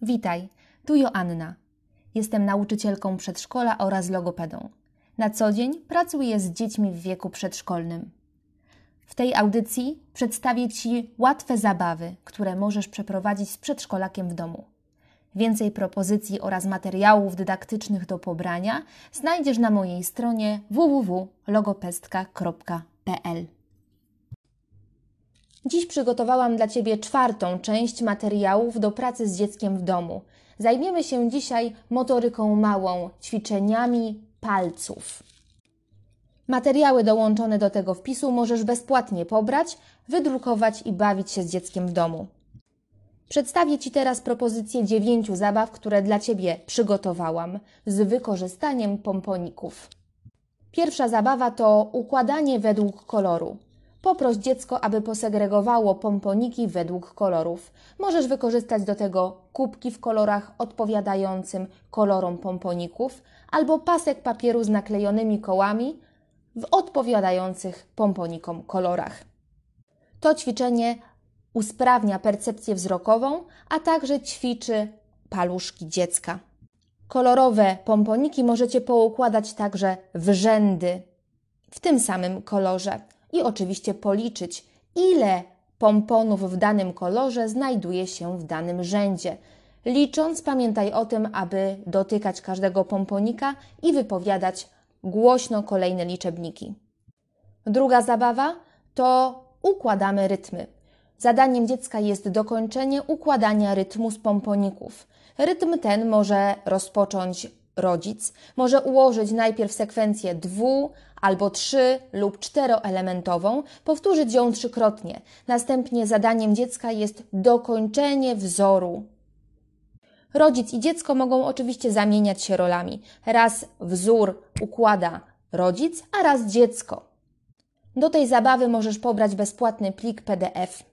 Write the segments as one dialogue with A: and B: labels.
A: Witaj, tu Joanna. Jestem nauczycielką przedszkola oraz logopedą. Na co dzień pracuję z dziećmi w wieku przedszkolnym. W tej audycji przedstawię Ci łatwe zabawy, które możesz przeprowadzić z przedszkolakiem w domu. Więcej propozycji oraz materiałów dydaktycznych do pobrania znajdziesz na mojej stronie www.logopestka.pl. Dziś przygotowałam dla Ciebie czwartą część materiałów do pracy z dzieckiem w domu. Zajmiemy się dzisiaj motoryką małą, ćwiczeniami palców. Materiały dołączone do tego wpisu możesz bezpłatnie pobrać, wydrukować i bawić się z dzieckiem w domu. Przedstawię Ci teraz propozycję 9 zabaw, które dla Ciebie przygotowałam z wykorzystaniem pomponików. Pierwsza zabawa to układanie według koloru. Poproś dziecko, aby posegregowało pomponiki według kolorów. Możesz wykorzystać do tego kubki w kolorach odpowiadającym kolorom pomponików albo pasek papieru z naklejonymi kołami w odpowiadających pomponikom kolorach. To ćwiczenie usprawnia percepcję wzrokową, a także ćwiczy paluszki dziecka. Kolorowe pomponiki możecie poukładać także w rzędy w tym samym kolorze i oczywiście policzyć, ile pomponów w danym kolorze znajduje się w danym rzędzie. Licząc, pamiętaj o tym, aby dotykać każdego pomponika i wypowiadać głośno kolejne liczebniki. Druga zabawa to układamy rytmy. Zadaniem dziecka jest dokończenie układania rytmu z pomponików. Rytm ten może rozpocząć rodzic, może ułożyć najpierw sekwencję 2 albo 3 lub 4-elementową, powtórzyć ją 3-krotnie. Następnie zadaniem dziecka jest dokończenie wzoru. Rodzic i dziecko mogą oczywiście zamieniać się rolami. Raz wzór układa rodzic, a raz dziecko. Do tej zabawy możesz pobrać bezpłatny plik PDF.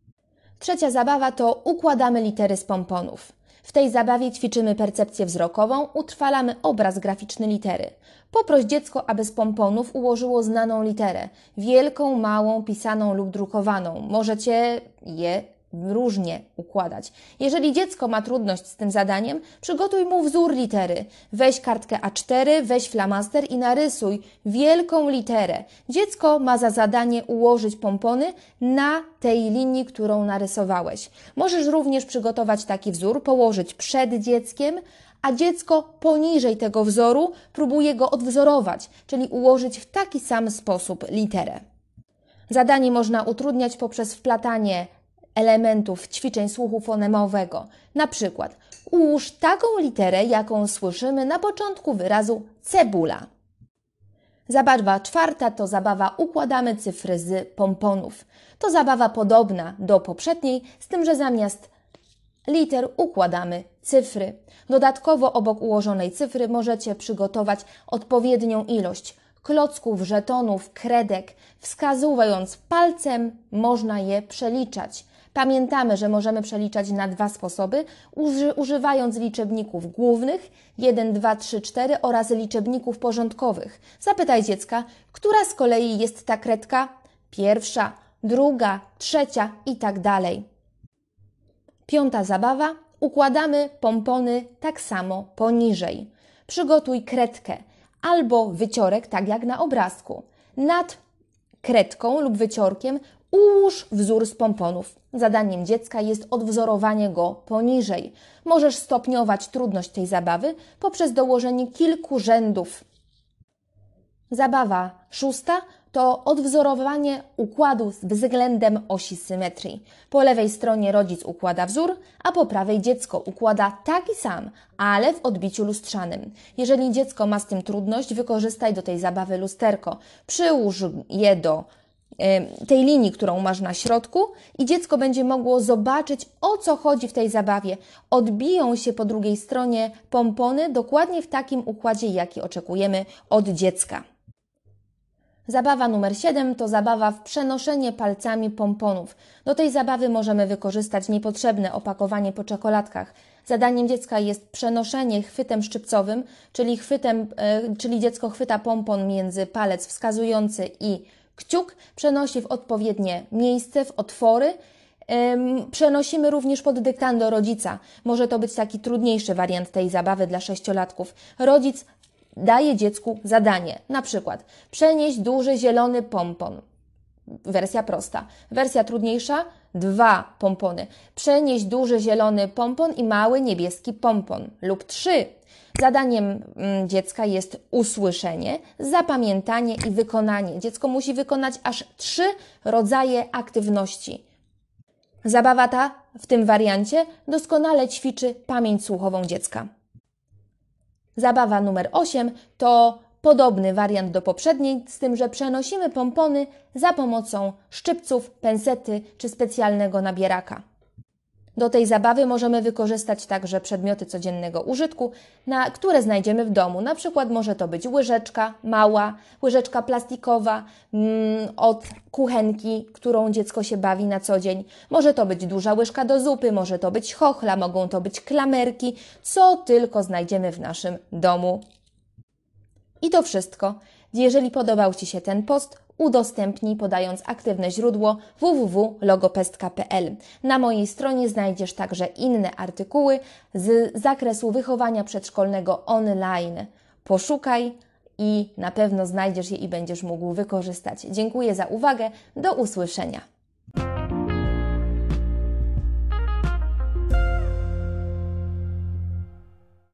A: Trzecia zabawa to układamy litery z pomponów. W tej zabawie ćwiczymy percepcję wzrokową, utrwalamy obraz graficzny litery. Poproś dziecko, aby z pomponów ułożyło znaną literę, wielką, małą, pisaną lub drukowaną. Możecie je różnie układać. Jeżeli dziecko ma trudność z tym zadaniem, przygotuj mu wzór litery. Weź kartkę A4, weź flamaster i narysuj wielką literę. Dziecko ma za zadanie ułożyć pompony na tej linii, którą narysowałeś. Możesz również przygotować taki wzór, położyć przed dzieckiem, a dziecko poniżej tego wzoru próbuje go odwzorować, czyli ułożyć w taki sam sposób literę. Zadanie można utrudniać poprzez wplatanie elementów ćwiczeń słuchu fonemowego. Na przykład ułóż taką literę, jaką słyszymy na początku wyrazu cebula. Zabawa czwarta to zabawa układamy cyfry z pomponów. To zabawa podobna do poprzedniej, z tym, że zamiast liter układamy cyfry. Dodatkowo obok ułożonej cyfry możecie przygotować odpowiednią ilość klocków, żetonów, kredek. Wskazując palcem można je przeliczać. Pamiętamy, że możemy przeliczać na 2 sposoby, używając liczebników głównych 1, 2, 3, 4 oraz liczebników porządkowych. Zapytaj dziecka, która z kolei jest ta kredka? Pierwsza, druga, trzecia i tak dalej. Piąta zabawa. Układamy pompony tak samo poniżej. Przygotuj kredkę albo wyciorek, tak jak na obrazku. Nad kredką lub wyciorkiem ułóż wzór z pomponów. Zadaniem dziecka jest odwzorowanie go poniżej. Możesz stopniować trudność tej zabawy poprzez dołożenie kilku rzędów. Zabawa szósta to odwzorowanie układu względem osi symetrii. Po lewej stronie rodzic układa wzór, a po prawej dziecko układa taki sam, ale w odbiciu lustrzanym. Jeżeli dziecko ma z tym trudność, wykorzystaj do tej zabawy lusterko. Przyłóż je do tej linii, którą masz na środku i dziecko będzie mogło zobaczyć, o co chodzi w tej zabawie. Odbiją się po drugiej stronie pompony dokładnie w takim układzie, jaki oczekujemy od dziecka. Zabawa numer 7 to zabawa w przenoszenie palcami pomponów. Do tej zabawy możemy wykorzystać niepotrzebne opakowanie po czekoladkach. Zadaniem dziecka jest przenoszenie chwytem szczypcowym, czyli dziecko chwyta pompon między palec wskazujący i kciuk, przenosi w odpowiednie miejsce, w otwory Przenosimy również pod dyktando rodzica. Może to być taki trudniejszy wariant tej zabawy dla 6-latków. Rodzic daje dziecku zadanie, na przykład przenieść duży zielony pompon. Wersja prosta. Wersja trudniejsza, 2 pompony. Przenieść duży zielony pompon i mały niebieski pompon. Lub 3. Zadaniem dziecka jest usłyszenie, zapamiętanie i wykonanie. Dziecko musi wykonać aż 3 rodzaje aktywności. Zabawa ta w tym wariancie doskonale ćwiczy pamięć słuchową dziecka. Zabawa numer 8 to podobny wariant do poprzedniej, z tym, że przenosimy pompony za pomocą szczypców, pensety czy specjalnego nabieraka. Do tej zabawy możemy wykorzystać także przedmioty codziennego użytku, które znajdziemy w domu. Na przykład może to być łyżeczka mała, łyżeczka plastikowa od kuchenki, którą dziecko się bawi na co dzień. Może to być duża łyżka do zupy, może to być chochla, mogą to być klamerki, co tylko znajdziemy w naszym domu. I to wszystko. Jeżeli podobał Ci się ten post, udostępnij podając aktywne źródło www.logopestka.pl. Na mojej stronie znajdziesz także inne artykuły z zakresu wychowania przedszkolnego online. Poszukaj i na pewno znajdziesz je i będziesz mógł wykorzystać. Dziękuję za uwagę. Do usłyszenia.